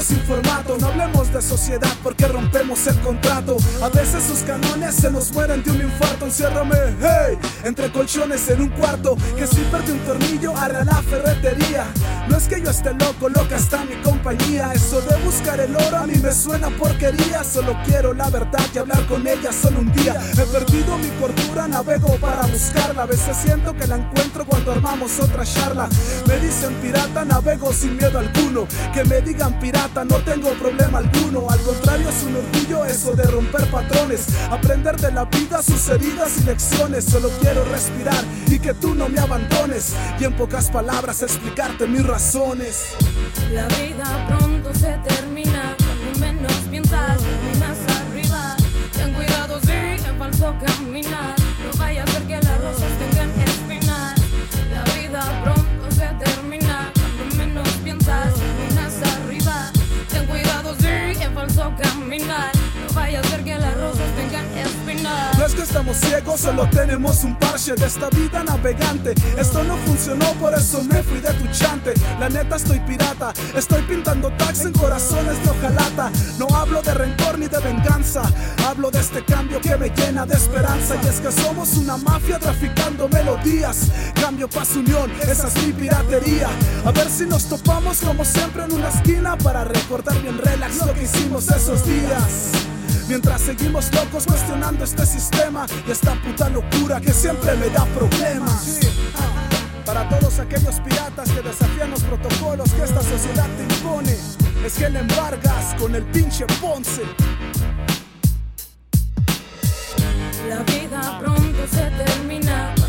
sin formato. No hablemos de sociedad porque rompemos el contrato. A veces sus canones se nos mueren de un infarto. Enciérrame, hey, entre colchones en un cuarto. Que si perdí un tornillo, haré la ferretería. No es que yo esté loco, loca está mi compañía. Eso de buscar el oro a mí me suena porquería. Solo quiero la verdad y hablar con ella solo un día. He perdido mi cordura, navego para buscarla. A veces siento que la encuentro cuando armamos otra charla. Me dicen pirata, navego sin miedo alguno. Que me digan pirata, no tengo problema alguno. Al contrario es un orgullo eso de romper patrones. Aprender de la vida, sus heridas y lecciones. Solo quiero respirar y que tú no me abandones. Y en pocas palabras explicarte mis razones. La vida pronto se termina, cuando menos piensas, miras arriba. Ten cuidado si es falso caminar, no vaya a ser que las rosas tengan espinas. La vida pronto se termina, cuando menos piensas, miras arriba. Ten cuidado si es falso caminar, no vaya a ser que las rosas tengan espinas. No es que estamos ciegos, solo tenemos un parche de esta vida navegante. Esto no funcionó, por eso me fui de tu chante. La neta estoy pirata, estoy pintando tags en corazones de hojalata. No hablo de rencor ni de venganza, hablo de este cambio que me llena de esperanza. Y es que somos una mafia traficando melodías. Cambio, paz, unión, esa es mi piratería. A ver si nos topamos como siempre en una esquina para recordar bien relax lo que hicimos esos días. Mientras seguimos locos cuestionando este sistema y esta puta locura que siempre me da problemas. Sí. Para todos aquellos piratas que desafían los protocolos que esta sociedad te impone, es que le embargas con el pinche Ponce. La vida pronto se termina.